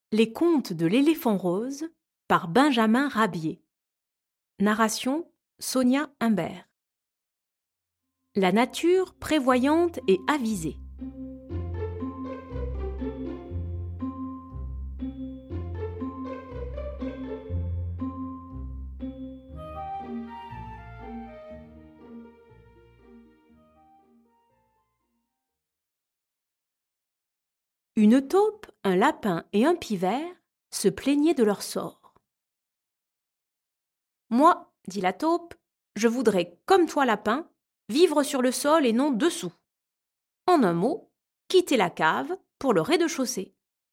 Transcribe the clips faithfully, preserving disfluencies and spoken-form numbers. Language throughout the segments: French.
Les contes de l'éléphant rose par Benjamin Rabier. Narration Sonia Humbert. La nature prévoyante et avisée. Une taupe, un lapin et un pivert se plaignaient de leur sort. « Moi, dit la taupe, je voudrais, comme toi lapin, vivre sur le sol et non dessous. En un mot, quitter la cave pour le rez-de-chaussée. »«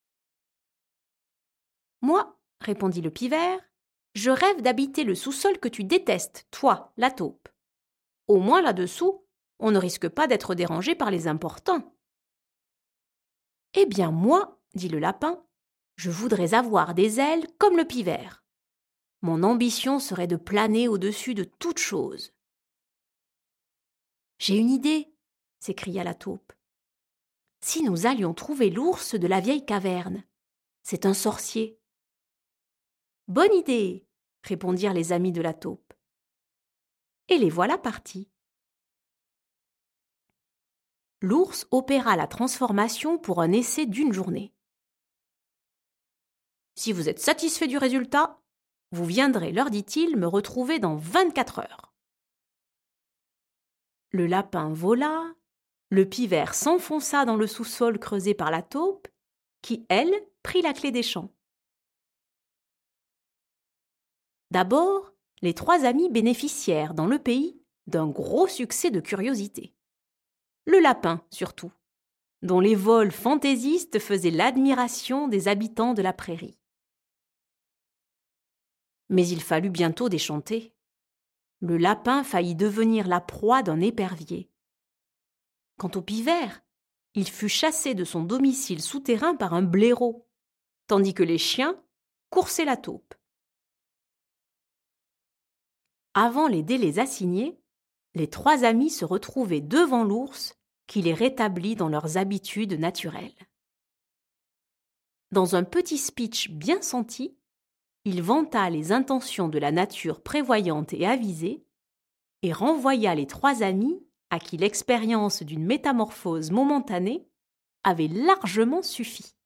Moi, répondit le pivert, je rêve d'habiter le sous-sol que tu détestes, toi, la taupe. Au moins là-dessous, on ne risque pas d'être dérangé par les importuns. »« Eh bien moi, dit le lapin, je voudrais avoir des ailes comme le pivert. Mon ambition serait de planer au-dessus de toute chose. »« J'ai une idée, s'écria la taupe. Si nous allions trouver l'ours de la vieille caverne, c'est un sorcier. »« Bonne idée, répondirent les amis de la taupe. Et les voilà partis. L'ours opéra la transformation pour un essai d'une journée. « Si vous êtes satisfait du résultat, vous viendrez, leur dit-il, me retrouver dans vingt-quatre heures. » Le lapin vola, le pivert s'enfonça dans le sous-sol creusé par la taupe, qui, elle, prit la clé des champs. D'abord, les trois amis bénéficièrent dans le pays d'un gros succès de curiosité. Le lapin, surtout, dont les vols fantaisistes faisaient l'admiration des habitants de la prairie. Mais il fallut bientôt déchanter. Le lapin faillit devenir la proie d'un épervier. Quant au pivert, il fut chassé de son domicile souterrain par un blaireau, tandis que les chiens coursaient la taupe. Avant les délais assignés, les trois amis se retrouvaient devant l'ours qui les rétablit dans leurs habitudes naturelles. Dans un petit speech bien senti, il vanta les intentions de la nature prévoyante et avisée et renvoya les trois amis à qui l'expérience d'une métamorphose momentanée avait largement suffi.